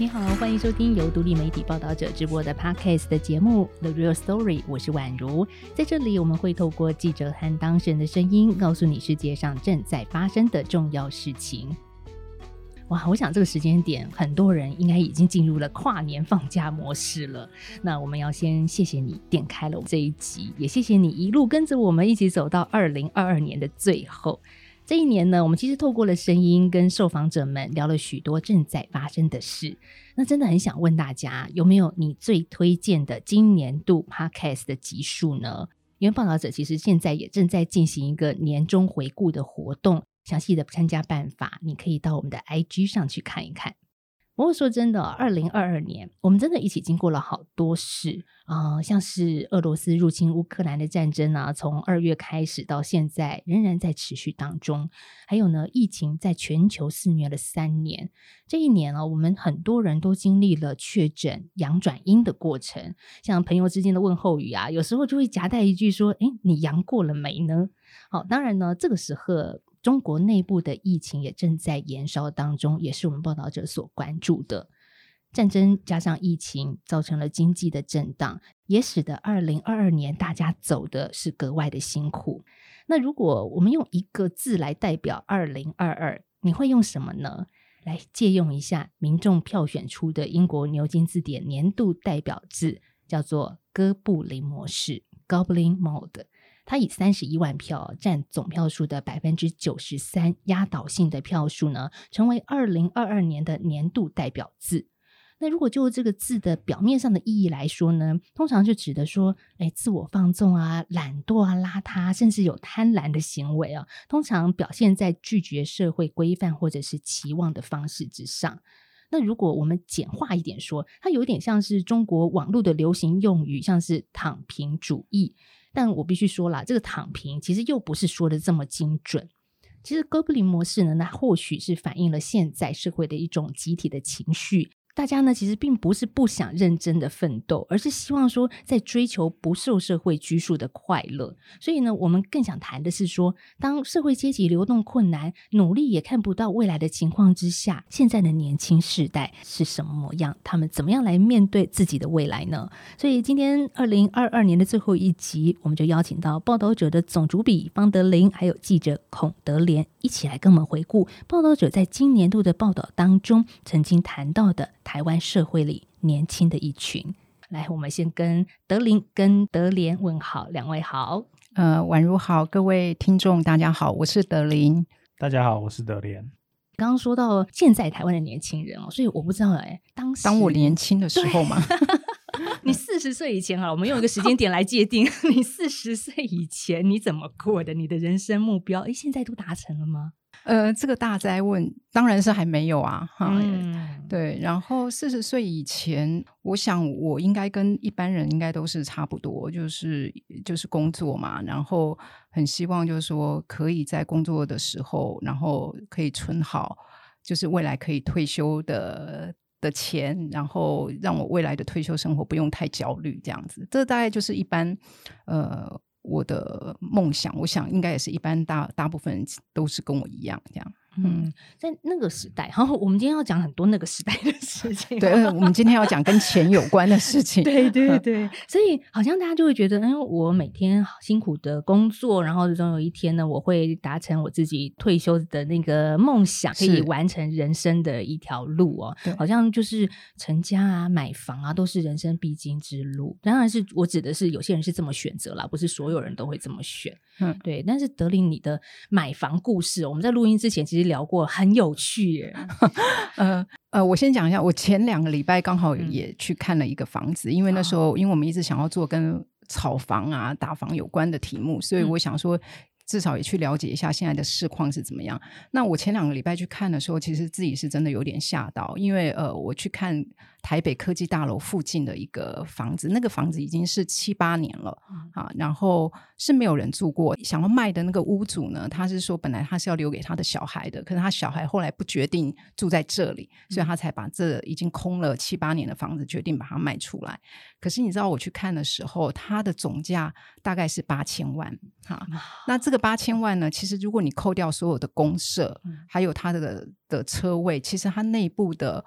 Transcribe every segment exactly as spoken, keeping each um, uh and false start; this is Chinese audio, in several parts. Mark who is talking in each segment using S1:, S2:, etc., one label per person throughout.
S1: 你好，欢迎收听由独立媒体报道者直播的 Podcast 的节目 The Real Story， 我是婉如。在这里我们会透过记者和当事人的声音，告诉你世界上正在发生的重要事情。哇，我想这个时间点很多人应该已经进入了跨年放假模式了。那我们要先谢谢你点开了这一集，也谢谢你一路跟着我们一起走到二零二二年的最后。这一年呢，我们其实透过了声音跟受访者们聊了许多正在发生的事。那真的很想问大家，有没有你最推荐的今年度 Podcast 的集数呢？因为报道者其实现在也正在进行一个年终回顾的活动，详细的参加办法你可以到我们的 I G 上去看一看。不过说真的，二零二二年我们真的一起经过了好多事、呃、像是俄罗斯入侵乌克兰的战争啊，从二月开始到现在仍然在持续当中。还有呢，疫情在全球肆虐了三年。这一年啊，我们很多人都经历了确诊阳转阴的过程，像朋友之间的问候语啊，有时候就会夹带一句说，诶，你阳过了没呢？好，当然呢，这个时候中国内部的疫情也正在延烧当中，也是我们报道者所关注的。战争加上疫情造成了经济的震荡，也使得二零二二年大家走的是格外的辛苦。那如果我们用一个字来代表二零二二，你会用什么呢？来借用一下民众票选出的英国牛津字典年度代表字，叫做哥布林模式 Goblin Mode。它以三十一万票占总票数的 百分之九十三， 压倒性的票数呢，成为二零二二年的年度代表字。那如果就这个字的表面上的意义来说呢，通常就指的说诶自我放纵啊、懒惰啊、邋遢，甚至有贪婪的行为啊，通常表现在拒绝社会规范或者是期望的方式之上。那如果我们简化一点说，它有点像是中国网络的流行用语，像是躺平主义。但我必须说啦，这个躺平其实又不是说的这么精准。其实哥布林模式呢，那或许是反映了现在社会的一种集体的情绪。大家呢其实并不是不想认真的奋斗，而是希望说在追求不受社会拘束的快乐。所以呢，我们更想谈的是说，当社会阶级流动困难，努力也看不到未来的情况之下，现在的年轻世代是什么模样，他们怎么样来面对自己的未来呢？所以今天二零二二年的最后一集，我们就邀请到报道者的总主笔方德琳，还有记者孔德莲，一起来跟我们回顾报道者在今年度的报道当中曾经谈到的台湾社会里年轻的一群。来，我们先跟德琳跟德莲问好，两位好。
S2: 呃，婉如好，各位听众大家好，我是德琳。
S3: 大家好，我是德莲。
S1: 刚刚说到现在台湾的年轻人哦，所以我不知道哎，当时
S2: 当我年轻的时候嘛
S1: 你四十岁以前好了，我们用一个时间点来界定你四十岁以前你怎么过的，你的人生目标，哎，现在都达成了吗？
S2: 呃，这个大哉问当然是还没有啊、
S1: 嗯、
S2: 对。然后四十岁以前，我想我应该跟一般人应该都是差不多，就是就是工作嘛，然后很希望就是说可以在工作的时候，然后可以存好，就是未来可以退休的的钱，然后让我未来的退休生活不用太焦虑这样子。这大概就是一般呃我的梦想，我想应该也是一般大大部分人都是跟我一样这样。
S1: 嗯，在那个时代，然后我们今天要讲很多那个时代的事情。
S2: 对，我们今天要讲跟钱有关的事情。
S1: 对对对，所以好像大家就会觉得，哎，我每天辛苦的工作，然后总有一天呢，我会达成我自己退休的那个梦想，可以完成人生的一条路哦。好像就是成家啊、买房啊，都是人生必经之路。当然是我指的是有些人是这么选择啦，不是所有人都会这么选。嗯，对。但是德琳，你的买房故事，我们在录音之前其实聊过，很有趣耶。
S2: 呃呃，我先讲一下，我前两个礼拜刚好也去看了一个房子、嗯、因为那时候、哦、因为我们一直想要做跟炒房啊打房有关的题目，所以我想说至少也去了解一下现在的市况是怎么样。那我前两个礼拜去看的时候，其实自己是真的有点吓到，因为呃，我去看台北科技大楼附近的一个房子，那个房子已经是七八年了、嗯啊、然后是没有人住过。想要卖的那个屋主呢，他是说本来他是要留给他的小孩的，可是他小孩后来不决定住在这里，所以他才把这已经空了七八年的房子决定把它卖出来。可是你知道我去看的时候，它的总价大概是八千万、啊、那这个八千万呢，其实如果你扣掉所有的公设、嗯、还有它的的车位，其实它内部的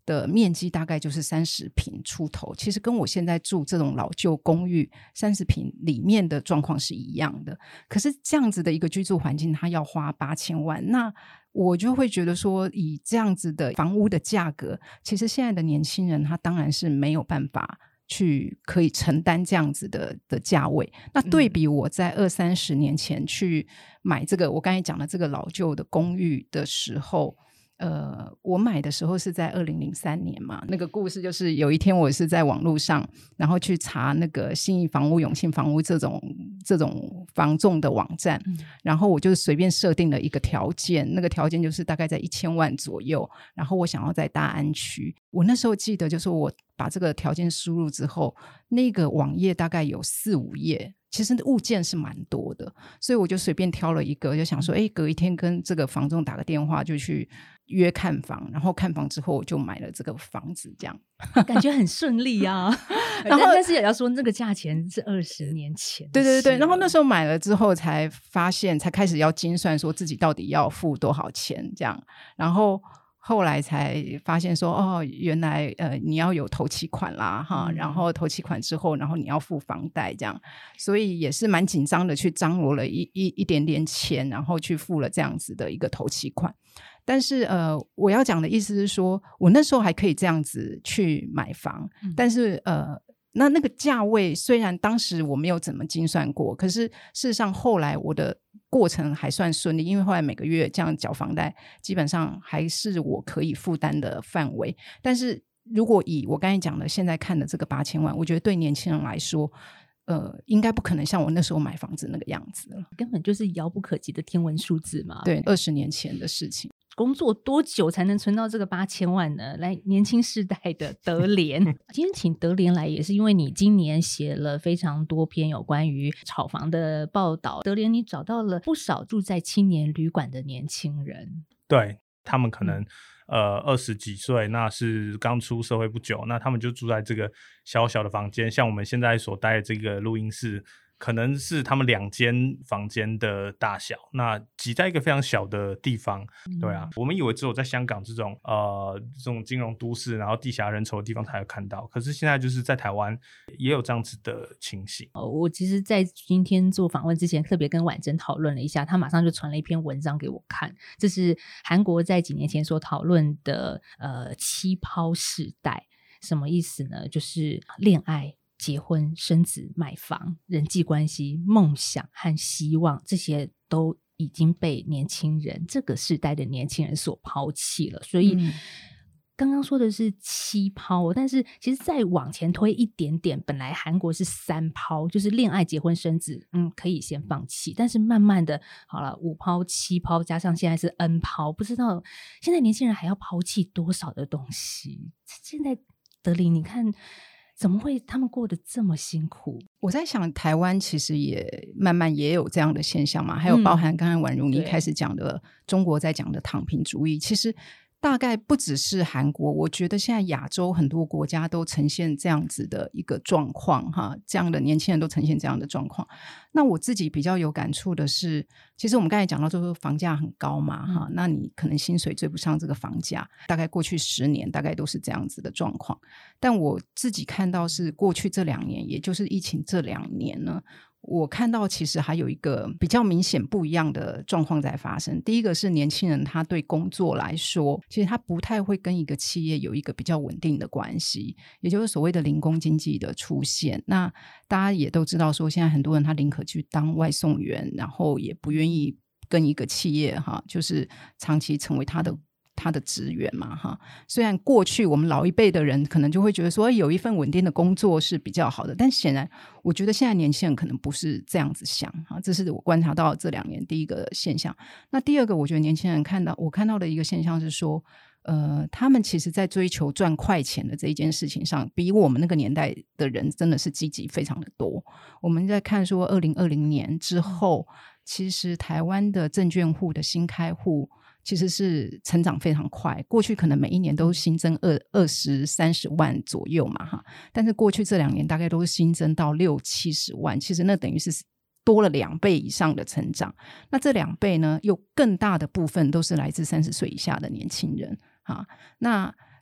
S2: 的面积大概就是三十坪出头，其实跟我现在住这种老旧公寓三十坪里面的状况是一样的。可是这样子的一个居住环境它要花八千万，那我就会觉得说以这样子的房屋的价格，其实现在的年轻人他当然是没有办法去可以承担这样子的的价位。那对比我在二三十年前去买这个我刚才讲的这个老旧的公寓的时候，呃，我买的时候是在二零零三年嘛，那个故事就是有一天我是在网络上然后去查那个信义房屋、永庆房屋这种这种房仲的网站、嗯、然后我就随便设定了一个条件，那个条件就是大概在一千万左右，然后我想要在大安区。我那时候记得就是我把这个条件输入之后，那个网页大概有四五页，其实物件是蛮多的，所以我就随便挑了一个，就想说哎，隔一天跟这个房仲打个电话就去约看房，然后看房之后我就买了这个房子，这样
S1: 感觉很顺利啊然后但是也要说那个价钱是二十年前，
S2: 对对对，然后那时候买了之后才发现，才开始要精算说自己到底要付多少钱这样，然后后来才发现说哦，原来呃你要有头期款啦哈、嗯，然后头期款之后然后你要付房贷这样，所以也是蛮紧张的去张罗了一一一点点钱，然后去付了这样子的一个头期款。但是呃，我要讲的意思是说我那时候还可以这样子去买房、嗯、但是呃那那个价位虽然当时我没有怎么精算过，可是事实上后来我的过程还算顺利，因为后来每个月这样缴房贷基本上还是我可以负担的范围。但是如果以我刚才讲的现在看的这个八千万，我觉得对年轻人来说呃，应该不可能像我那时候买房子那个样子了，
S1: 根本就是遥不可及的天文数字嘛。
S2: 对，二十年前的事情。
S1: 工作多久才能存到这个八千万呢？来，年轻世代的德联今天请德联来也是因为你今年写了非常多篇有关于炒房的报道，德联你找到了不少住在青年旅馆的年轻人，
S3: 对，他们可能、嗯呃，二十几岁，那是刚出社会不久，那他们就住在这个小小的房间，像我们现在所待的这个录音室可能是他们两间房间的大小，那挤在一个非常小的地方、嗯、对啊，我们以为只有在香港这种呃这种金融都市然后地狭人稠的地方才有看到，可是现在就是在台湾也有这样子的情形、
S1: 哦、我其实在今天做访问之前特别跟婉珍讨论了一下，他马上就传了一篇文章给我看，这是韩国在几年前所讨论的呃七抛世代，什么意思呢？就是恋爱、结婚、生子、买房、人际关系、梦想和希望，这些都已经被年轻人这个世代的年轻人所抛弃了。所以、嗯、刚刚说的是七抛，但是其实再往前推一点点，本来韩国是三抛，就是恋爱、结婚、生子嗯，可以先放弃，但是慢慢的好了，五抛、七抛，加上现在是 N 抛，不知道现在年轻人还要抛弃多少的东西。现在德霖你看怎么会他们过得这么辛苦？
S2: 我在想台湾其实也慢慢也有这样的现象嘛，还有包含刚才婉如你一开始讲的、嗯、中国在讲的躺平主义，其实大概不只是韩国，我觉得现在亚洲很多国家都呈现这样子的一个状况哈，这样的年轻人都呈现这样的状况。那我自己比较有感触的是，其实我们刚才讲到就是房价很高嘛哈、嗯，那你可能薪水追不上这个房价，大概过去十年大概都是这样子的状况。但我自己看到是过去这两年，也就是疫情这两年呢，我看到其实还有一个比较明显不一样的状况在发生。第一个是年轻人他对工作来说，其实他不太会跟一个企业有一个比较稳定的关系，也就是所谓的零工经济的出现。那大家也都知道说现在很多人他宁可去当外送员，然后也不愿意跟一个企业哈，就是长期成为他的他的职员嘛哈。虽然过去我们老一辈的人可能就会觉得说有一份稳定的工作是比较好的，但显然我觉得现在年轻人可能不是这样子想哈，这是我观察到这两年第一个现象。那第二个我觉得年轻人看到我看到的一个现象是说呃，他们其实在追求赚快钱的这一件事情上比我们那个年代的人真的是积极非常的多。我们在看说二零二零年之后，其实台湾的证券户的新开户其实是成长非常快，过去可能每一年都新增二二十三十万左右嘛哈，但是过去这两年大概都是新增到六七十万，其实那等于是多了两倍以上的成长。那这两倍呢，有更大的部分都是来自三十岁以下的年轻人哈。那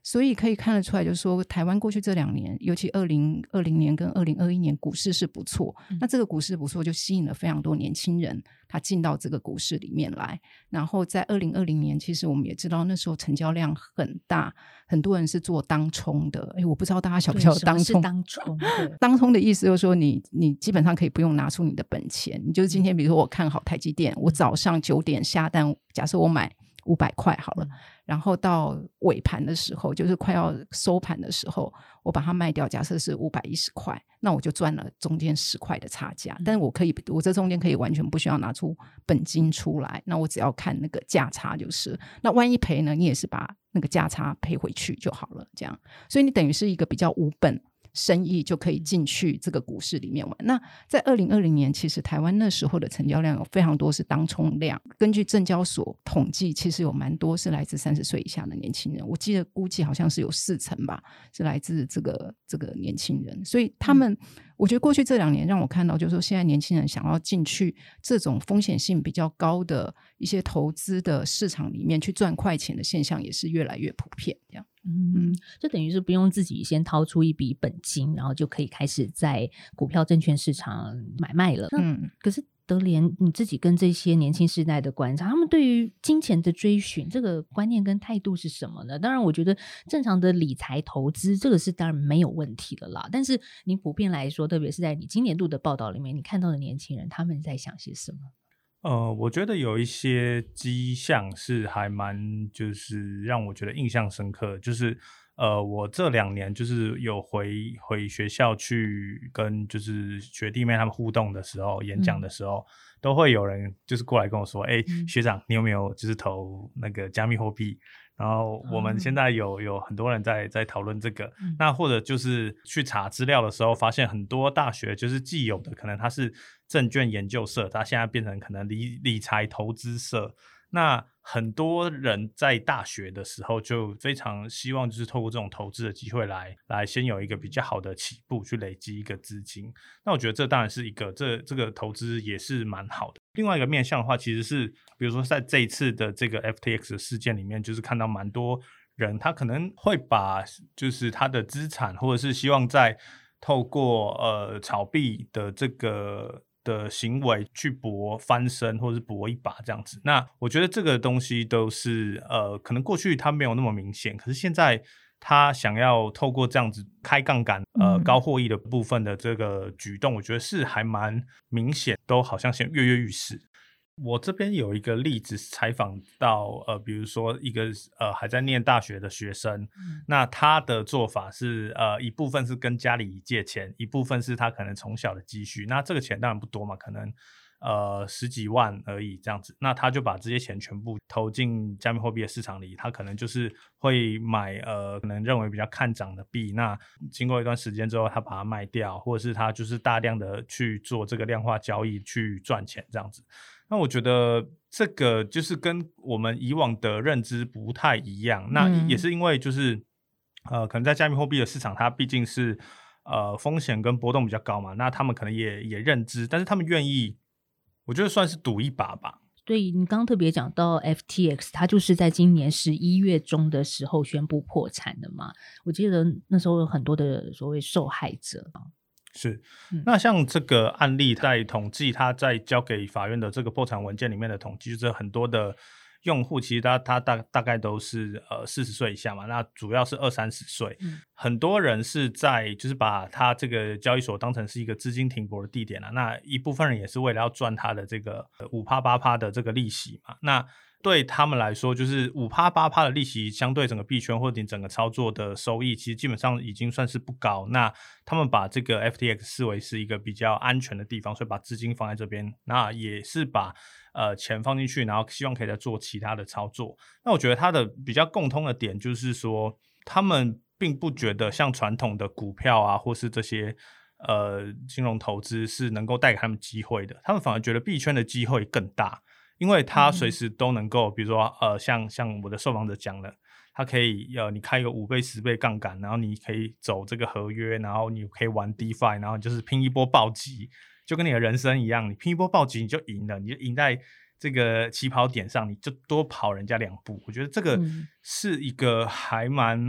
S2: 所以可以看得出来，就是说台湾过去这两年，尤其二零二零年跟二零二一年股市是不错、嗯、那这个股市不错就吸引了非常多年轻人他进到这个股市里面来。然后在二零二零年其实我们也知道那时候成交量很大，很多人是做当冲的。诶我不知道大家晓不晓得当冲？
S1: 当冲
S2: 当冲的意思就是说你你基本上可以不用拿出你的本钱，你就是今天比如说我看好台积电，我早上九点下单，假设我买五百块好了、嗯、然后到尾盘的时候就是快要收盘的时候我把它卖掉，假设是五百一十块，那我就赚了中间十块的差价、嗯、但是我可以我这中间可以完全不需要拿出本金出来，那我只要看那个价差就是，那万一赔呢你也是把那个价差赔回去就好了，这样。所以你等于是一个比较无本生意就可以进去这个股市里面玩。那在二零二零年其实台湾那时候的成交量有非常多是当冲量，根据证交所统计其实有蛮多是来自三十岁以下的年轻人，我记得估计好像是有四成吧是来自这个这个年轻人。所以他们、嗯、我觉得过去这两年让我看到就是说现在年轻人想要进去这种风险性比较高的一些投资的市场里面去赚快钱的现象也是越来越普遍这样。
S1: 嗯，就等于是不用自己先掏出一笔本金，然后就可以开始在股票证券市场买卖了。嗯，可是德联你自己跟这些年轻世代的观察，他们对于金钱的追寻这个观念跟态度是什么呢？当然我觉得正常的理财投资这个是当然没有问题了啦，但是你普遍来说，特别是在你今年度的报道里面你看到的年轻人他们在想些什么？
S3: 呃，我觉得有一些迹象是还蛮就是让我觉得印象深刻，就是呃，我这两年就是有回回学校去跟就是学弟妹他们互动的时候，演讲的时候、嗯、都会有人就是过来跟我说，哎、嗯，学长你有没有就是投那个加密货币？然后我们现在有有很多人在在讨论这个、嗯、那或者就是去查资料的时候发现很多大学就是既有的可能它是证券研究社，它现在变成可能理理财投资社，那很多人在大学的时候就非常希望就是透过这种投资的机会来来先有一个比较好的起步去累积一个资金，那我觉得这当然是一个这这个投资也是蛮好的。另外一个面向的话其实是比如说在这一次的这个 F T X 的事件里面，就是看到蛮多人他可能会把就是他的资产或者是希望在透过呃炒币的这个的行为去搏翻身或是搏一把这样子，那我觉得这个东西都是呃可能过去它没有那么明显，可是现在他想要透过这样子开杠杆呃高获益的部分的这个举动、嗯、我觉得是还蛮明显，都好像先跃跃欲试。我这边有一个例子采访到呃，比如说一个呃还在念大学的学生、嗯、那他的做法是呃一部分是跟家里借钱，一部分是他可能从小的积蓄，那这个钱当然不多嘛，可能呃十几万而已这样子，那他就把这些钱全部投进加密货币的市场里，他可能就是会买呃可能认为比较看涨的币，那经过一段时间之后他把它卖掉，或者是他就是大量的去做这个量化交易去赚钱这样子。那我觉得这个就是跟我们以往的认知不太一样，那也是因为就是呃，可能在加密货币的市场它毕竟是呃风险跟波动比较高嘛，那他们可能也也认知，但是他们愿意我觉得算是赌一把吧。
S1: 对，你刚刚特别讲到 F T X 它就是在今年十一月中的时候宣布破产的嘛，我记得那时候有很多的所谓受害者
S3: 是，那像这个案例在统计，他在交给法院的这个破产文件里面的统计，就是很多的用户其实他他大大概都是呃四十岁以下嘛，那主要是二三十岁，嗯、很多人是在就是把他这个交易所当成是一个资金停泊的地点啊，那一部分人也是为了要赚他的这个五趴八趴的这个利息嘛，那对他们来说就是五趴八趴的利息相对整个币圈或者你整个操作的收益其实基本上已经算是不高，那他们把这个 F T X 视为是一个比较安全的地方，所以把资金放在这边，那也是把呃钱放进去，然后希望可以再做其他的操作。那我觉得它的比较共通的点就是说他们并不觉得像传统的股票啊或是这些呃金融投资是能够带给他们机会的，他们反而觉得币圈的机会更大，因为他随时都能够比如说呃像像我的受访者讲了，他可以呃你开一个五倍十倍杠杆，然后你可以走这个合约，然后你可以玩 DeFi， 然后就是拼一波暴击，就跟你的人生一样，你拼一波暴击你就赢了，你就赢在这个起跑点上，你就多跑人家两步。我觉得这个是一个还蛮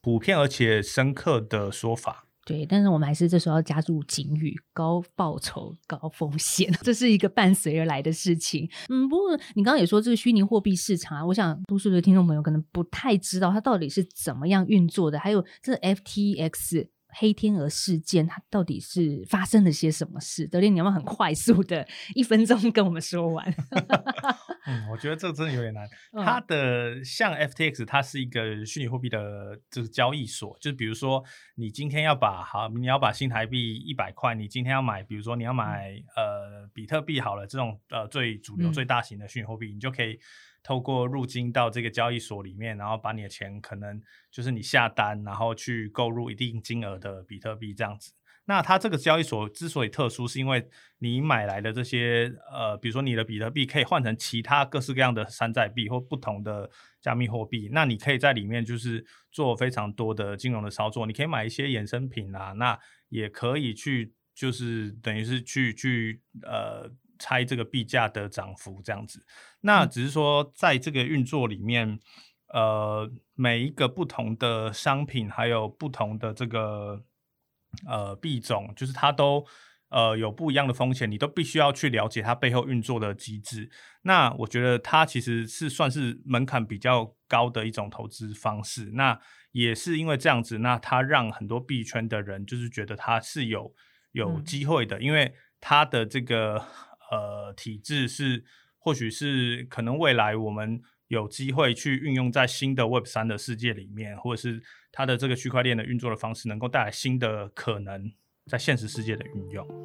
S3: 普遍而且深刻的说法。
S1: 对，但是我们还是这时候要加入警语：高报酬高风险，这是一个伴随而来的事情。嗯，不过你刚刚也说这个虚拟货币市场啊，我想多数的听众朋友可能不太知道它到底是怎么样运作的，还有这 F T X 黑天鹅事件它到底是发生了些什么事。德霖，你要不要很快速的一分钟跟我们说完？
S3: 嗯，我觉得这个真的有点难。它的像 F T X 它是一个虚拟货币的这个交易所，就是比如说你今天要把好你要把新台币一百块，你今天要买，比如说你要买、嗯、呃比特币好了，这种呃最主流、嗯、最大型的虚拟货币，你就可以透过入金到这个交易所里面，然后把你的钱可能就是你下单，然后去购入一定金额的比特币这样子。那它这个交易所之所以特殊，是因为你买来的这些呃，比如说你的比特币可以换成其他各式各样的山寨币或不同的加密货币，那你可以在里面就是做非常多的金融的操作，你可以买一些衍生品啊，那也可以去就是等于是去去呃猜这个币价的涨幅这样子。那只是说在这个运作里面，呃，每一个不同的商品还有不同的这个呃币种，就是它都呃有不一样的风险，你都必须要去了解它背后运作的机制。那我觉得它其实是算是门槛比较高的一种投资方式。那也是因为这样子，那它让很多币圈的人就是觉得它是有有机会的，嗯、因为它的这个呃体制是或许是可能未来我们有机会去运用在新的 Web 三 的世界里面，或者是它的这个区块链的运作的方式能够带来新的可能在现实世界的运用。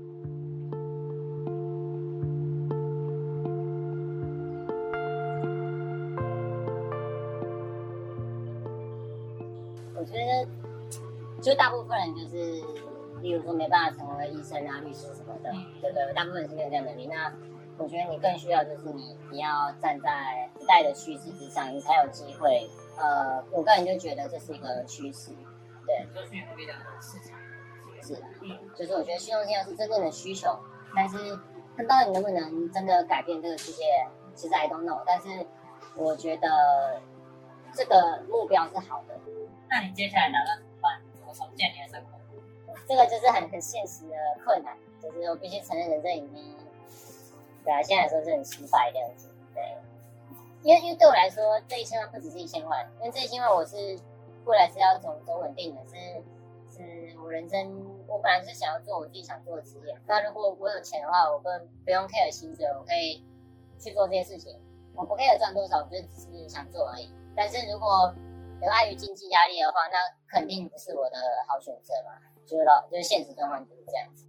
S4: 我觉得就大部分人就是例如说没办法成为医生啊律师什么的，对不对？大部分人是没有这样的能力。那我觉得你更需要就是你你要站在时代的趋势之上，你才有机会。呃，我个人就觉得这是一个趋势，对，就是虚拟货币的市场是，就是我觉得虚拟现在是真正的需求，但是看到你能不能真的改变这个世界，其实 I don't know。但是我觉得这个目标是好的。
S5: 那你接下来打算怎么办？怎么重建你的生活？
S4: 这个就是很很现实的困难，就是我必须承认人生已经。对啊，现在来说是很失败这样子。对，因为因为对我来说，这一千万不只是一千万，因为这一千万我是未来是要走走稳定的，是是我人生我本来是想要做我自己想做的职业。那如果我有钱的话，我更不用 care 薪水，我可以去做这些事情。我不 care 赚多少，我就只是想做而已。但是如果有碍于经济压力的话，那肯定不是我的好选择嘛。就是老就是现实状况就是这样子。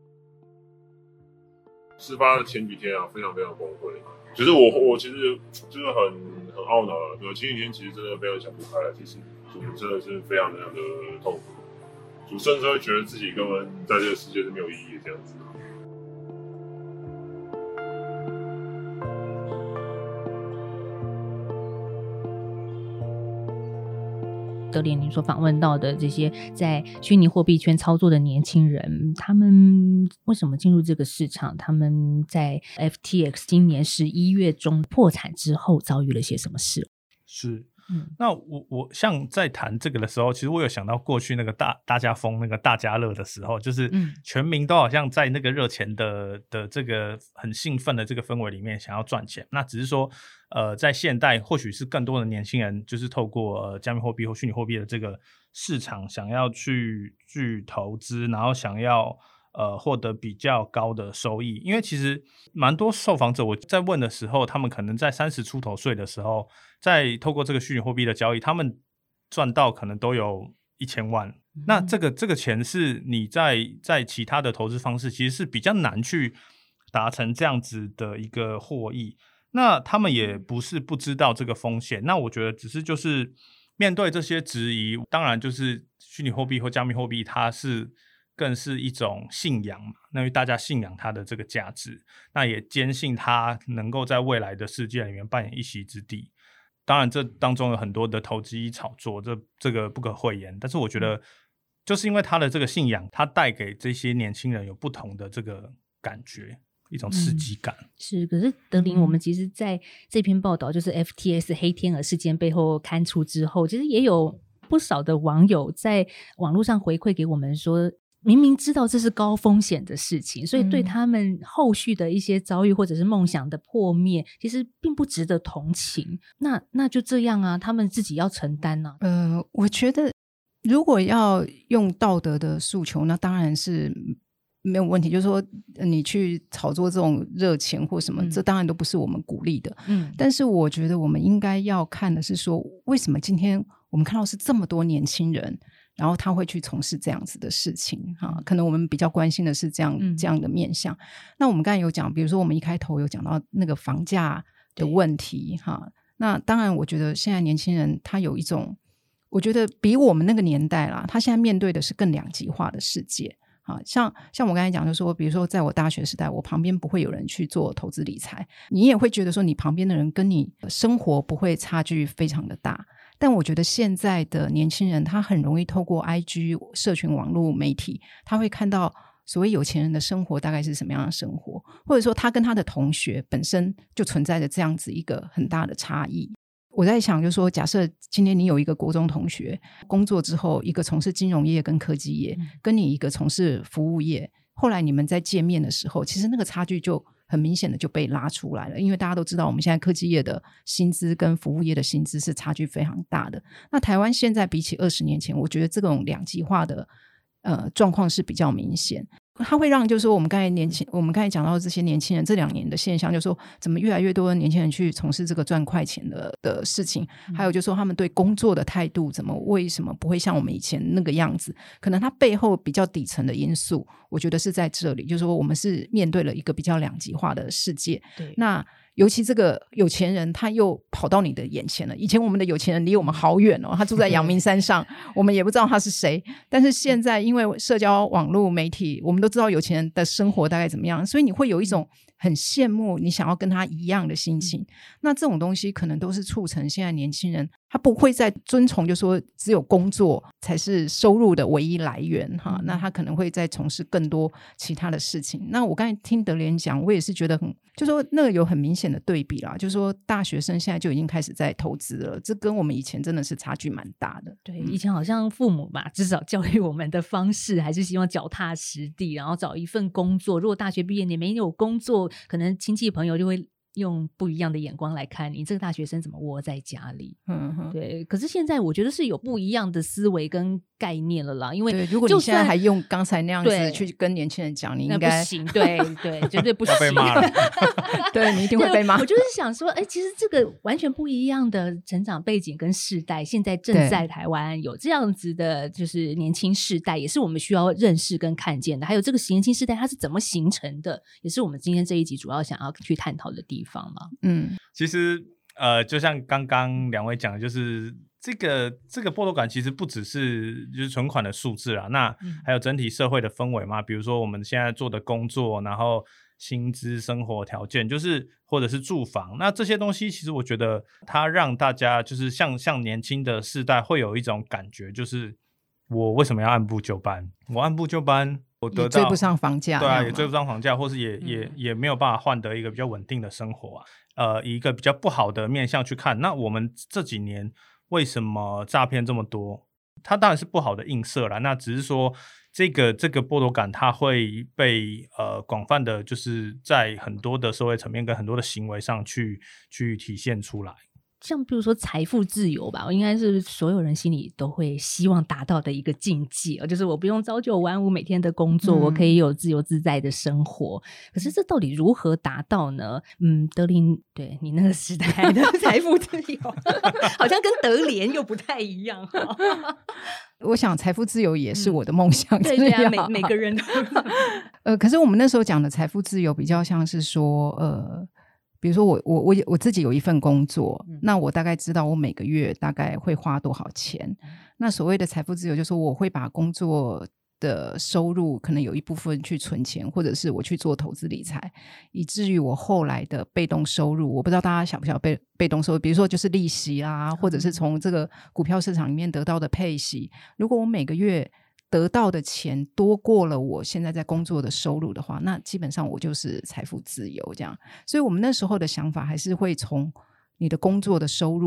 S6: 事发的前几天啊，非常非常崩溃。其实我我其实就是很很懊恼了，对，前几天其实真的非常想不开了，其实真的是非常非常的痛苦，就甚至会觉得自己根本在这个世界是没有意义的这样子。
S1: 德霖您所访问到的这些在虚拟货币圈操作的年轻人，他们为什么进入这个市场？他们在 F T X 今年十一月中破产之后遭遇了些什么事？
S3: 是，嗯，那我我像在谈这个的时候，其实我有想到过去那个大大家疯那个大家乐的时候，就是全民都好像在那个热钱的的这个很兴奋的这个氛围里面想要赚钱。那只是说呃，在现代或许是更多的年轻人就是透过、呃、加密货币或虚拟货币的这个市场想要去去投资，然后想要呃获得比较高的收益。因为其实蛮多受访者我在问的时候，他们可能在三十出头岁的时候，在透过这个虚拟货币的交易，他们赚到可能都有一千万。嗯、那这个这个钱是你在在其他的投资方式其实是比较难去达成这样子的一个获益。那他们也不是不知道这个风险，那我觉得只是就是面对这些质疑，当然就是虚拟货币或加密货币它是更是一种信仰嘛，那因为大家信仰它的这个价值，那也坚信它能够在未来的世界里面扮演一席之地。当然这当中有很多的投机炒作，这这个不可讳言，但是我觉得就是因为他的这个信仰，他带给这些年轻人有不同的这个感觉，一种刺激感、嗯、
S1: 是。可是德霖、嗯、我们其实在这篇报道就是 F T X 黑天鹅事件背后刊出之后，其实也有不少的网友在网络上回馈给我们说，明明知道这是高风险的事情，所以对他们后续的一些遭遇或者是梦想的破灭，其实并不值得同情。那那就这样啊，他们自己要承担啊。
S2: 呃，我觉得如果要用道德的诉求，那当然是没有问题，就是说你去炒作这种热钱或什么、嗯、这当然都不是我们鼓励的。嗯，但是我觉得我们应该要看的是说，为什么今天我们看到是这么多年轻人，然后他会去从事这样子的事情哈，可能我们比较关心的是这样、嗯、这样的面向。那我们刚才有讲，比如说我们一开头有讲到那个房价的问题哈，那当然我觉得现在年轻人他有一种，我觉得比我们那个年代啦，他现在面对的是更两极化的世界。好像像我刚才讲，就是说比如说在我大学时代，我旁边不会有人去做投资理财，你也会觉得说你旁边的人跟你生活不会差距非常的大。但我觉得现在的年轻人他很容易透过 I G 社群网络媒体，他会看到所谓有钱人的生活大概是什么样的生活，或者说他跟他的同学本身就存在着这样子一个很大的差异。我在想就是说，假设今天你有一个国中同学工作之后，一个从事金融业跟科技业、嗯、跟你一个从事服务业，后来你们在见面的时候，其实那个差距就很明显的就被拉出来了。因为大家都知道我们现在科技业的薪资跟服务业的薪资是差距非常大的。那台湾现在比起二十年前，我觉得这种两极化的呃状况是比较明显。它会让就是说我们刚才年轻我们刚才讲到这些年轻人这两年的现象，就是说怎么越来越多的年轻人去从事这个赚快钱的的事情、嗯、还有就是说他们对工作的态度怎么为什么不会像我们以前那个样子，可能它背后比较底层的因素我觉得是在这里，就是说我们是面对了一个比较两极化的世界。对，那尤其这个有钱人他又跑到你的眼前了，以前我们的有钱人离我们好远哦，他住在阳明山上我们也不知道他是谁，但是现在因为社交网络媒体，我们都知道有钱人的生活大概怎么样，所以你会有一种很羡慕你想要跟他一样的心情、嗯、那这种东西可能都是促成现在年轻人他不会再遵从就说只有工作才是收入的唯一来源哈、嗯，那他可能会再从事更多其他的事情。那我刚才听德莲讲，我也是觉得很就说那个有很明显的对比啦，就是说大学生现在就已经开始在投资了，这跟我们以前真的是差距蛮大的。
S1: 对，以前好像父母嘛，至少教育我们的方式还是希望脚踏实地，然后找一份工作，如果大学毕业你没有工作，可能亲戚朋友就会用不一样的眼光来看你，这个大学生怎么窝在家里。嗯哼，对。可是现在我觉得是有不一样的思维跟概念了啦，因为
S2: 对，如果你现在还用刚才那样子去跟年轻人讲，你应该
S1: 不行，对对，绝对不行，
S3: 要被骂了
S2: 对，你一定会被骂。
S1: 我就是想说哎、欸，其实这个完全不一样的成长背景跟世代，现在正在台湾有这样子的就是年轻世代，也是我们需要认识跟看见的，还有这个年轻世代它是怎么形成的，也是我们今天这一集主要想要去探讨的地方嘛。
S3: 嗯，其实呃，就像刚刚两位讲的，就是这个这个剥夺感其实不只是就是存款的数字啦，那还有整体社会的氛围嘛，比如说我们现在做的工作，然后薪资、生活条件，就是或者是住房，那这些东西其实我觉得它让大家就是像像年轻的世代会有一种感觉，就是我为什么要按部就班？我按部就班，我得到
S2: 也追不上房价，
S3: 对啊，也追不上房价，或是也、嗯、也也没有办法换得一个比较稳定的生活啊。呃，以一个比较不好的面向去看，那我们这几年为什么诈骗这么多？它当然是不好的映射啦，那只是说这个这个剥夺感它会被呃广泛的就是在很多的社会层面跟很多的行为上去去体现出来。
S1: 像比如说财富自由吧，应该是所有人心里都会希望达到的一个境界，就是我不用朝九晚五每天的工作、嗯、我可以有自由自在的生活。可是这到底如何达到呢？嗯，德琳，对你那个时代的财富自由好像跟德莲又不太一样
S2: 我想财富自由也是我的梦想、嗯、
S1: 对对啊，每每个人都
S2: 呃，可是我们那时候讲的财富自由比较像是说呃比如说我我我我自己有一份工作、嗯、那我大概知道我每个月大概会花多少钱、嗯、那所谓的财富自由就是说我会把工作的收入可能有一部分去存钱，或者是我去做投资理财，以至于我后来的被动收入，我不知道大家晓不晓得被被动收入，比如说就是利息啊，或者是从这个股票市场里面得到的配息，如果我每个月得到的钱多过了我现在在工作的收入的话，那基本上我就是财富自由这样。所以我们那时候的想法还是会从你的工作的收入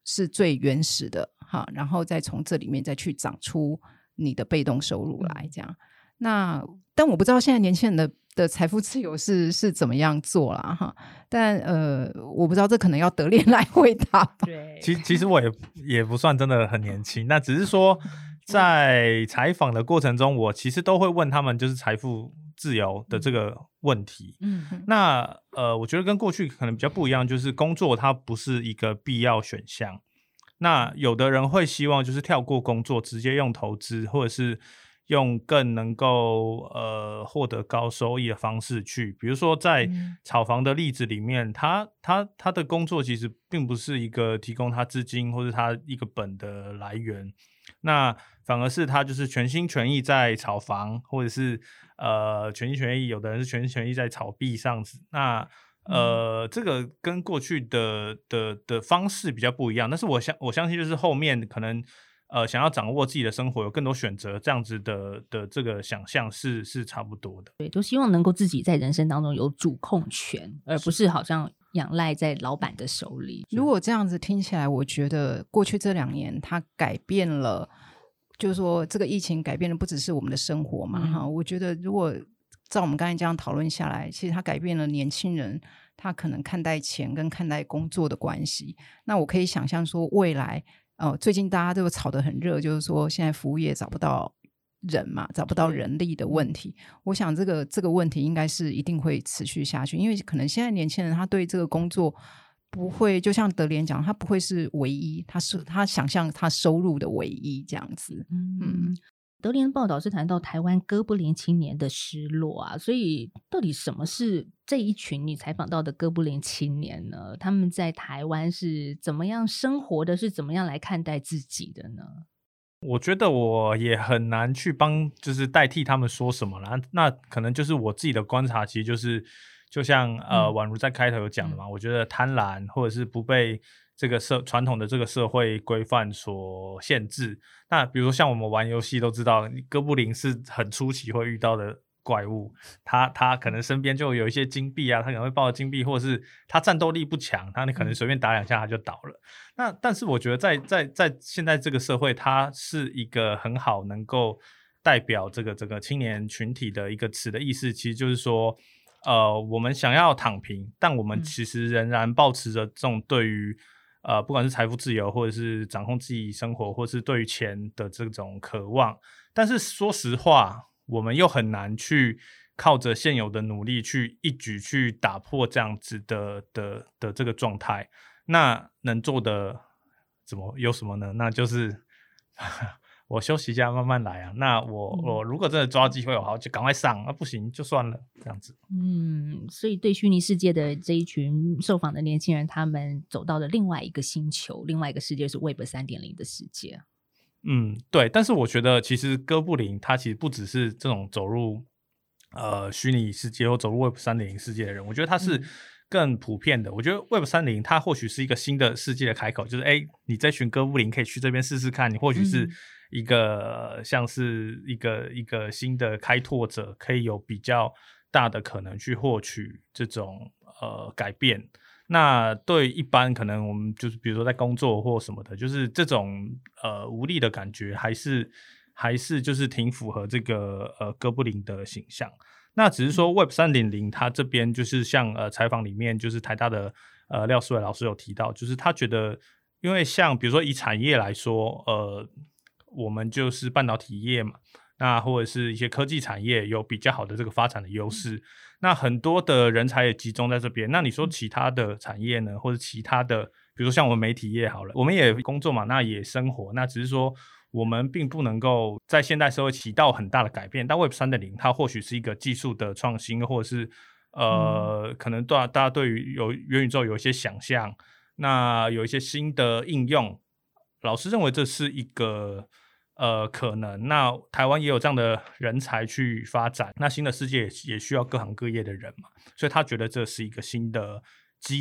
S2: 是最原始的哈，然后再从这里面再去长出你的被动收入来这样。那但我不知道现在年轻人的的财富自由是是怎么样做啦哈，但呃我不知道，这可能要德联来回答吧。
S1: 对，
S3: 其其实我也也不算真的很年轻，那只是说在采访的过程中，我其实都会问他们就是财富自由的这个问题。嗯，那呃，我觉得跟过去可能比较不一样，就是工作它不是一个必要选项。那有的人会希望就是跳过工作，直接用投资或者是用更能够呃获得高收益的方式去，比如说在炒房的例子里面，他他他的工作其实并不是一个提供他资金或是他一个本的来源，那反而是他就是全心全意在炒房，或者是呃全心全意，有的人是全心全意在炒币上，那呃、嗯、这个跟过去的的的方式比较不一样，但是我相我相信就是后面可能呃想要掌握自己的生活，有更多选择，这样子的的这个想象是是差不多的。
S1: 对，都希望能够自己在人生当中有主控权，而不是好像仰赖在老板的手里。
S2: 如果这样子听起来，我觉得过去这两年它改变了，就是说这个疫情改变的不只是我们的生活嘛哈、嗯，我觉得如果照我们刚才这样讨论下来，其实它改变了年轻人他可能看待钱跟看待工作的关系。那我可以想象说未来呃，最近大家都吵得很热，就是说现在服务业找不到人嘛，找不到人力的问题。我想这个这个问题应该是一定会持续下去，因为可能现在年轻人他对这个工作不会，就像德联讲，他不会是唯一，他是他想象他收入的唯一这样子。嗯。
S1: 嗯，德联报道是谈到台湾哥布林青年的失落啊，所以到底什么是这一群你采访到的哥布林青年呢？他们在台湾是怎么样生活的，是怎么样来看待自己的呢？
S3: 我觉得我也很难去帮就是代替他们说什么啦，那可能就是我自己的观察，其实就是就像呃宛如在开头有讲的嘛、嗯、我觉得贪婪或者是不被这个社传统的这个社会规范所限制。那比如说像我们玩游戏都知道，哥布林是很初期会遇到的怪物，他他可能身边就有一些金币啊，他可能会抱着金币，或者是他战斗力不强，他可能随便打两下他就倒了。那但是我觉得在在在现在这个社会，它是一个很好能够代表这个这个青年群体的一个词的意思，其实就是说呃我们想要躺平，但我们其实仍然抱持着这种对于呃不管是财富自由，或者是掌控自己生活，或是对于钱的这种渴望。但是说实话，我们又很难去靠着现有的努力去一举去打破这样子的的的这个状态。那能做的怎么有什么呢？那就是我休息一下慢慢来啊。那我、嗯、我如果真的抓到机会，我好就赶快上，那不行就算了，这样子。
S1: 嗯，所以对虚拟世界的这一群受访的年轻人，他们走到了另外一个星球，另外一个世界是 Web 三点零 的世界。
S3: 嗯，对，但是我觉得其实哥布林他其实不只是这种走入呃虚拟世界或走入 Web 三点零 世界的人，我觉得他是更普遍的。嗯、我觉得 Web 三点零 它或许是一个新的世界的开口，就是哎，你这群哥布林可以去这边试试看，你或许是一个、嗯、像是一个一个新的开拓者，可以有比较大的可能去获取这种呃改变。那对一般可能我们就是比如说在工作或什么的，就是这种呃无力的感觉，还是还是就是挺符合这个呃哥布林的形象。那只是说 Web 三点零 它这边就是像呃采访里面就是台大的呃廖思伟老师有提到，就是他觉得因为像比如说以产业来说，呃我们就是半导体业嘛，那或者是一些科技产业有比较好的这个发展的优势、嗯、那很多的人才也集中在这边。那你说其他的产业呢，或者其他的比如说像我们媒体业好了，我们也工作嘛，那也生活，那只是说我们并不能够在现代社会起到很大的改变。但 Web 三点零 它或许是一个技术的创新，或者是呃、嗯、可能大家对于有元宇宙有一些想象，那有一些新的应用，老师认为这是一个呃，可能那台湾也有这样的人才去发展，那新的世界 也, 也需要各行各业的人嘛，所以他觉得这是一个新的机会。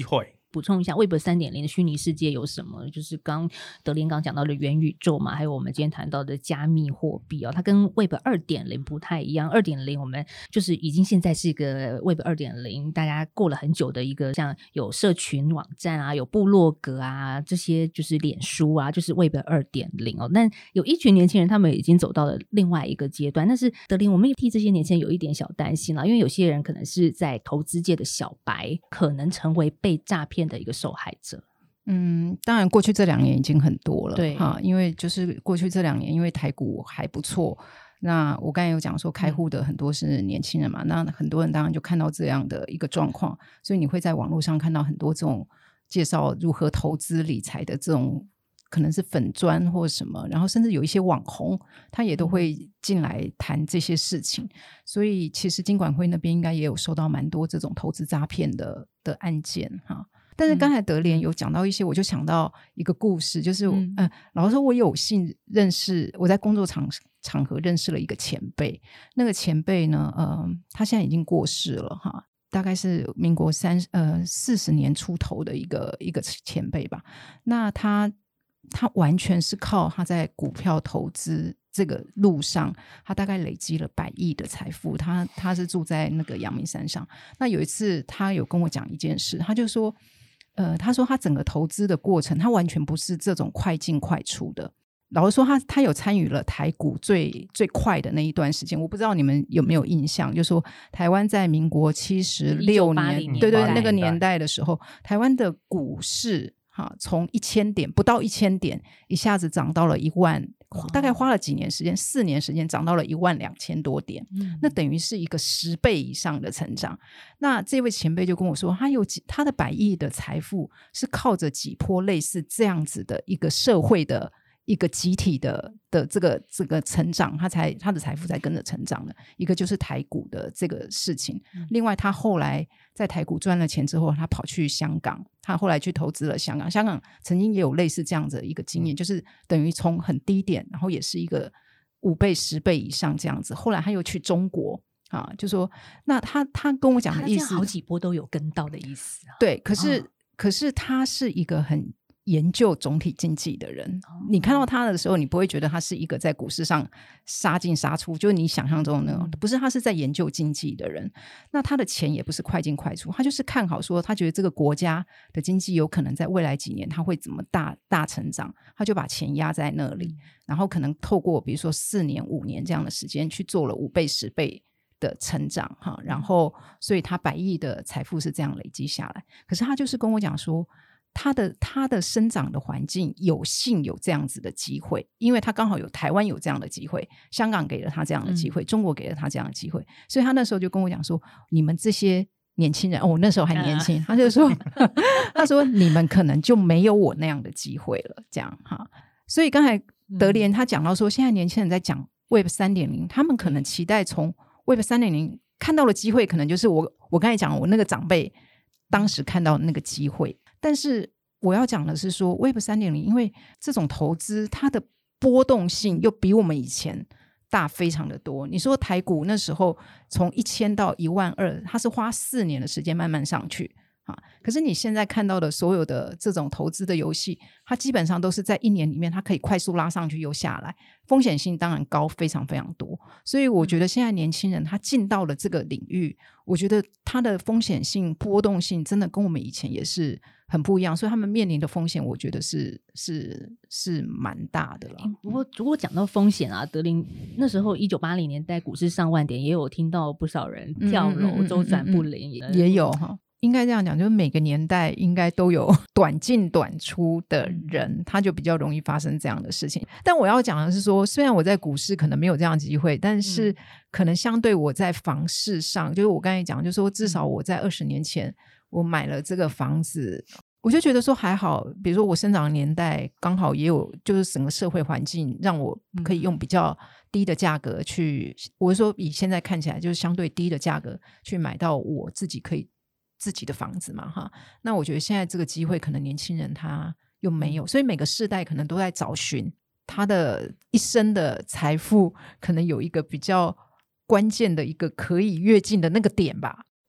S1: 补充一下 Web 三点零 的虚拟世界有什么？就是刚德霖刚讲到的元宇宙嘛，还有我们今天谈到的加密货币哦，它跟 Web 二点零 不太一样。二点零 我们就是已经现在是一个 Web 二点零，大家过了很久的一个，像有社群网站啊，有部落格啊，这些就是脸书啊，就是 Web 二点零 哦。但有一群年轻人，他们已经走到了另外一个阶段。但是德霖，我们也替这些年轻人有一点小担心啦，因为有些人可能是在投资界的小白，可能成为被诈骗的一个受害者。
S2: 嗯，当然过去这两年已经很多了，
S1: 对
S2: 哈，因为就是过去这两年，因为台股还不错，那我刚才有讲说开户的很多是年轻人嘛，嗯、那很多人当然就看到这样的一个状况，所以你会在网络上看到很多这种介绍如何投资理财的这种，可能是粉专或什么，然后甚至有一些网红他也都会进来谈这些事情，所以其实金管会那边应该也有收到蛮多这种投资诈骗的的案件哈。但是刚才德霖有讲到一些，我就想到一个故事，就是嗯、呃，老实说我有幸认识，我在工作场场合认识了一个前辈，那个前辈呢呃，他现在已经过世了哈，大概是民国三呃四十年出头的一个一个前辈吧。那他他完全是靠他在股票投资这个路上，他大概累积了百亿的财富。他他是住在那个阳明山上。那有一次他有跟我讲一件事，他就说呃，他说他整个投资的过程，他完全不是这种快进快出的。老实说他他有参与了台股最最快的那一段时间，我不知道你们有没有印象，就是说台湾在民国七十六年，对对，那个年代的时候，台湾的股市哈，从一千点不到一千点，一下子涨到了一万，大概花了几年时间，四年时间涨到了一万两千多点，嗯、那等于是一个十倍以上的成长。那这位前辈就跟我说，他有几他的百亿的财富是靠着几波类似这样子的一个社会的一个集体的的这个这个成长，他才他的财富才跟着成长的。一个就是台股的这个事情，嗯、另外他后来在台股赚了钱之后，他跑去香港，他后来去投资了香港。香港曾经也有类似这样的一个经验，嗯、就是等于从很低点，然后也是一个五倍十倍以上这样子。后来他又去中国啊，就说那他他跟我讲的意思，
S1: 好几波都有跟到的意思，啊。
S2: 对，可是、哦、可是他是一个很研究总体经济的人，哦、你看到他的时候，你不会觉得他是一个在股市上杀进杀出，就是你想象中的，嗯、不是，他是在研究经济的人。那他的钱也不是快进快出，他就是看好说，他觉得这个国家的经济有可能在未来几年他会怎么大大成长，他就把钱压在那里，嗯、然后可能透过比如说四年五年这样的时间去做了五倍十倍的成长哈，然后所以他百亿的财富是这样累积下来。可是他就是跟我讲说，他的他的生长的环境有幸有这样子的机会，因为他刚好有台湾有这样的机会，香港给了他这样的机会，嗯、中国给了他这样的机会，所以他那时候就跟我讲说，你们这些年轻人，哦，我那时候还年轻，啊、他就说他说你们可能就没有我那样的机会了，这样哈。所以刚才德霖他讲到说，现在年轻人在讲 Web 三点零， 他们可能期待从 Web 三点零 看到的机会，可能就是我我刚才讲我那个长辈当时看到的那个机会。但是我要讲的是说 Web 三点零 因为这种投资它的波动性又比我们以前大非常的多。你说台股那时候从一千到一万二，它是花四年的时间慢慢上去啊。可是你现在看到的所有的这种投资的游戏，它基本上都是在一年里面它可以快速拉上去又下来，风险性当然高非常非常多。所以我觉得现在年轻人他进到了这个领域，我觉得他的风险性波动性真的跟我们以前也是很不一样，所以他们面临的风险我觉得是是是蛮大的了。
S1: 不过如果讲到风险啊，德霖那时候一九八零年代股市上万点，也有听到不少人跳楼、嗯嗯嗯、周转不灵，
S2: 也也有哈。应该这样讲，就是每个年代应该都有短进短出的人，嗯、他就比较容易发生这样的事情。但我要讲的是说，虽然我在股市可能没有这样的机会，但是可能相对我在房市上，就是我刚才讲，就是说至少我在二十年前我买了这个房子，我就觉得说还好，比如说我生长的年代刚好也有，就是整个社会环境让我可以用比较低的价格去，我是说以现在看起来就是相对低的价格去买到我自己可以自己的房子嘛哈。那我觉得现在这个机会可能年轻人他又没有，所以每个世代可能都在找寻他的一生的财富，可能有一个比较关键的一个可以跃进的那个点吧。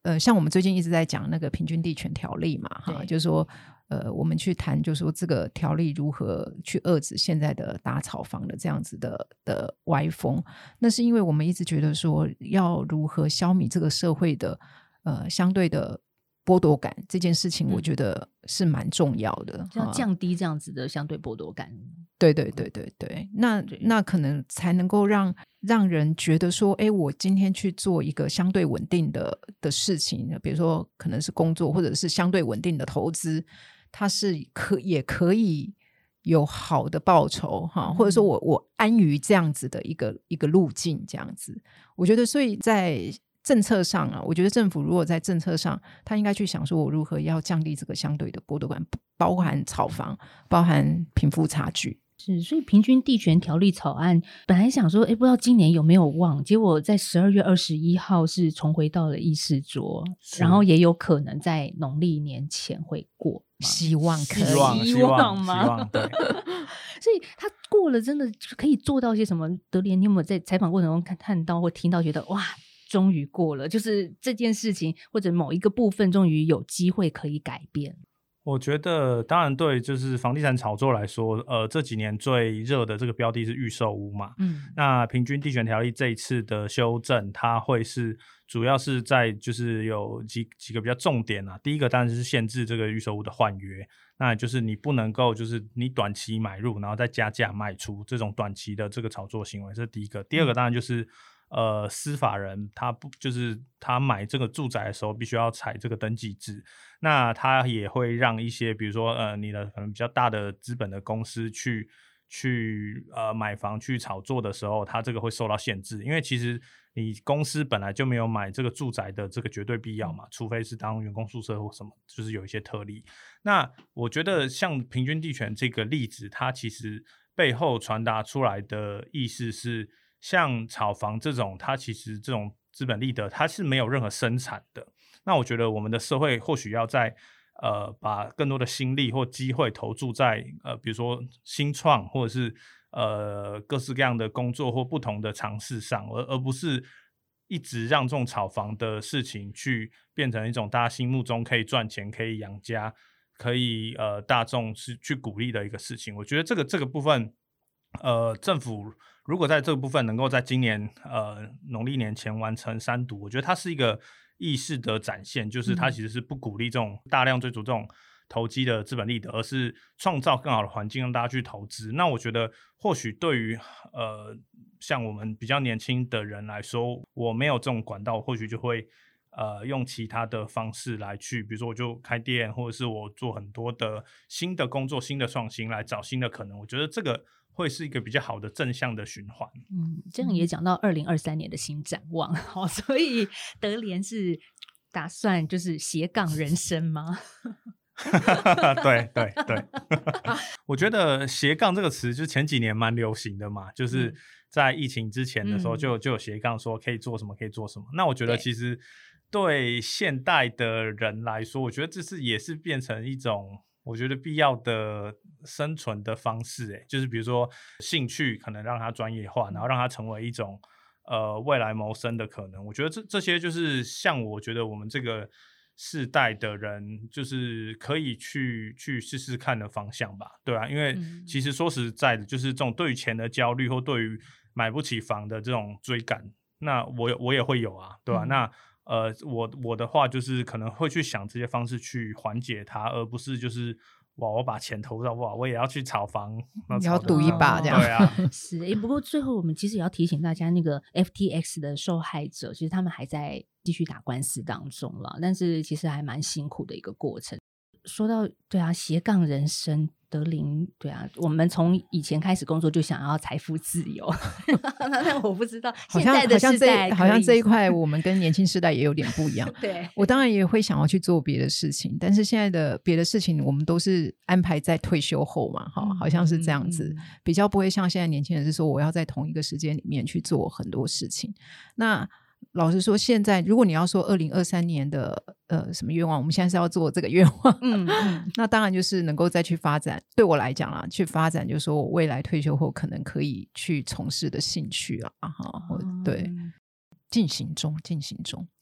S2: 呃，像我们最近一直在讲那个平均地权条例嘛，哈，就是说，呃，我们去谈，就是说这个条例如何去遏制现在的打炒房的这样子的的歪风。那是因为我们一直觉得说，要如何消弭这个社会的呃相对的剥夺感这件事情，我觉得是蛮重要的，
S1: 嗯、要降低这样子的相对剥夺感。
S2: 对对对对对，那那可能才能够让让人觉得说，哎，我今天去做一个相对稳定的的事情，比如说可能是工作，或者是相对稳定的投资，它是可也可以有好的报酬哈，或者说我我安于这样子的一个一个路径，这样子，我觉得，所以在政策上啊，我觉得政府如果在政策上，他应该去想说我如何要降低这个相对的剥夺感，包含炒房，包含贫富差距。
S1: 是，所以平均地权条例草案本来想说，哎，不知道今年有没有忘，结果在十二月二十一号是重回到了议事桌，然后也有可能在农历年前会过，
S2: 希望可以，
S3: 希望
S1: 希望吗？
S3: 希望对。
S1: 所以他过了，真的可以做到些什么？德莲，你有没有在采访过程中看看到或听到，觉得哇，终于过了，就是这件事情或者某一个部分终于有机会可以改变？
S3: 我觉得当然对，就是房地产炒作来说，呃，这几年最热的这个标的是预售屋嘛。嗯，那平均地权条例这一次的修正，它会是主要是在就是有几几个比较重点啊。第一个当然是限制这个预售屋的换约，那就是你不能够就是你短期买入然后再加价卖出这种短期的这个炒作行为，这是第一个。第二个当然就是。呃，司法人他不就是他买这个住宅的时候必须要采这个登记制，那他也会让一些比如说呃你的可能比较大的资本的公司去去呃买房去炒作的时候，他这个会受到限制，因为其实你公司本来就没有买这个住宅的这个绝对必要嘛，除非是当员工宿舍或什么，就是有一些特例。那我觉得像平均地权这个例子，它其实背后传达出来的意思是。像炒房这种，它其实这种资本利得，它是没有任何生产的。那我觉得我们的社会或许要在呃把更多的心力或机会投注在呃比如说新创或者是呃各式各样的工作或不同的尝试上，而而不是一直让这种炒房的事情去变成一种大家心目中可以赚钱、可以养家、可以呃大众是去鼓励的一个事情。我觉得这个这个部分，呃政府。如果在这个部分能够在今年呃农历年前完成三读，我觉得它是一个意识的展现，就是它其实是不鼓励这种大量追逐这种投机的资本利得，而是创造更好的环境让大家去投资。那我觉得或许对于呃像我们比较年轻的人来说，我没有这种管道，或许就会呃用其他的方式来去，比如说我就开店，或者是我做很多的新的工作、新的创新来找新的可能。我觉得这个。会是一个比较好的正向的循环。
S1: 嗯，这样也讲到二零二三年的新展望，好，所以德莲是打算就是斜杠人生吗？
S3: 对对对，我觉得斜杠这个词就前几年蛮流行的嘛，就是在疫情之前的时候就、嗯、就有斜杠说可以做什么可以做什么。那我觉得其实对现代的人来说，我觉得这是也是变成一种。我觉得必要的生存的方式，欸，就是比如说兴趣可能让它专业化，然后让它成为一种呃未来谋生的可能。我觉得这这些就是像我觉得我们这个世代的人，就是可以去去试试看的方向吧，对啊，因为其实说实在的，就是这种对于钱的焦虑或对于买不起房的这种追赶，那我我也会有啊，对吧，啊？嗯，那呃，我我的话就是可能会去想这些方式去缓解它，而不是就是哇，我把钱投到哇，我也要去炒房，
S2: 你要赌一把这样。
S3: 对啊，
S1: 是诶。不过最后我们其实也要提醒大家，那个 F T X 的受害者，其实他们还在继续打官司当中了，但是其实还蛮辛苦的一个过程。说到对啊，斜杠人生。德琳，对啊，我们从以前开始工作就想要财富自由，但我不知道现在的世代
S2: 好像这好像这一块我们跟年轻世代也有点不一样。
S1: 对，
S2: 我当然也会想要去做别的事情，但是现在的别的事情我们都是安排在退休后嘛，嗯，好像是这样子，嗯，比较不会像现在年轻人是说我要在同一个时间里面去做很多事情。那老实说，现在如果你要说二零二三年的呃什么愿望，我们现在是要做这个愿望，嗯嗯，那当然就是能够再去发展，对我来讲啦，去发展就是说我未来退休后可能可以去从事的兴趣啊，哈，嗯，对，进行中，进行中。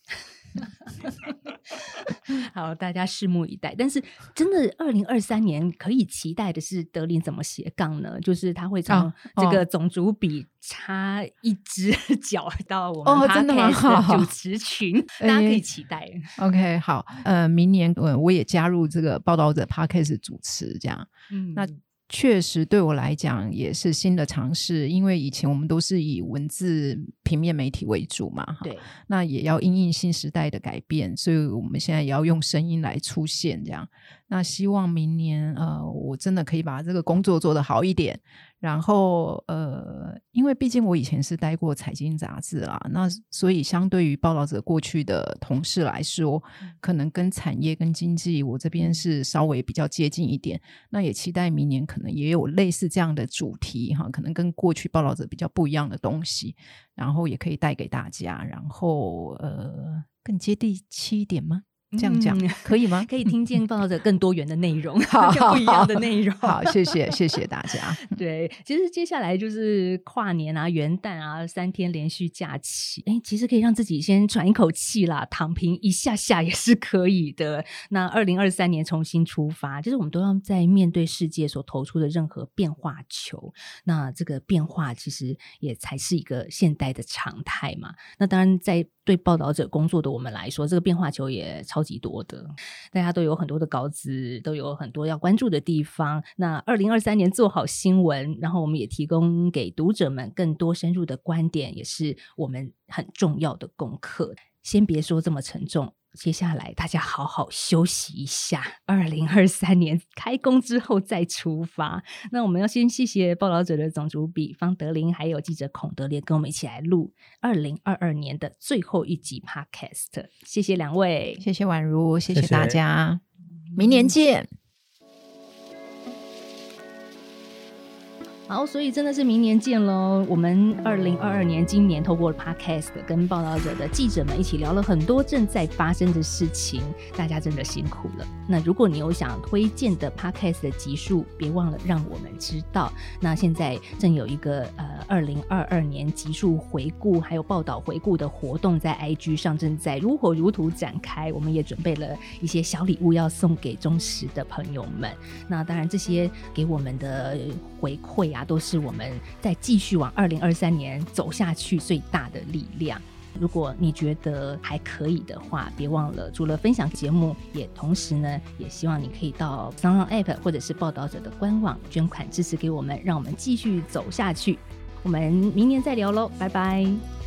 S1: 好，大家拭目以待。但是真的二零二三年可以期待的是德林怎么斜杠呢？就是他会从这个总主笔插一只脚到我们 podcast 的主持群、哦、大家可以期待、欸、
S2: OK 好，呃，明年、呃、我也加入这个报道者 podcast 主持这样、嗯、那确实对我来讲也是新的尝试，因为以前我们都是以文字平面媒体为主嘛，对，那也要因应新时代的改变，所以我们现在也要用声音来出现这样。那希望明年呃，我真的可以把这个工作做得好一点，然后呃，因为毕竟我以前是待过财经杂志啦，那所以相对于报道者过去的同事来说，可能跟产业跟经济我这边是稍微比较接近一点，那也期待明年可能也有类似这样的主题哈，可能跟过去报道者比较不一样的东西，然后也可以带给大家，然后呃，更接地气一点吗？这样讲、嗯、可以吗？
S1: 可以听见报道者更多元的内容更不一样的内容。
S2: 好，谢谢谢谢大家。
S1: 对，其实接下来就是跨年啊元旦啊三天连续假期，哎，其实可以让自己先喘一口气啦，躺平一下下也是可以的。那二零二三年重新出发，就是我们都要在面对世界所投出的任何变化球，那这个变化其实也才是一个现代的常态嘛。那当然在对报道者工作的我们来说，这个变化球也超级多的，大家都有很多的稿子，都有很多要关注的地方。那二零二三年做好新闻，然后我们也提供给读者们更多深入的观点，也是我们很重要的功课。先别说这么沉重，接下来大家好好休息一下，二零二三年开工之后再出发。那我们要先谢谢报道者的总主笔方德林，还有记者孔德烈跟我们一起来录二零二二年的最后一集 podcast。 谢谢两位，
S2: 谢谢婉如，谢谢大家，谢谢，明年见。
S1: 好，所以真的是明年见咯。我们二零二二年今年透过 podcast 跟报道者的记者们一起聊了很多正在发生的事情，大家真的辛苦了。那如果你有想推荐的 podcast 的集数，别忘了让我们知道。那现在正有一个呃二零二二年集数回顾还有报道回顾的活动在 I G 上正在如火如荼展开，我们也准备了一些小礼物要送给忠实的朋友们。那当然这些给我们的回馈啊，都是我们在继续往二零二三年走下去最大的力量。如果你觉得还可以的话，别忘了除了分享节目，也同时呢也希望你可以到 SoundOn App 或者是报道者的官网捐款支持给我们，让我们继续走下去。我们明年再聊咯，拜拜。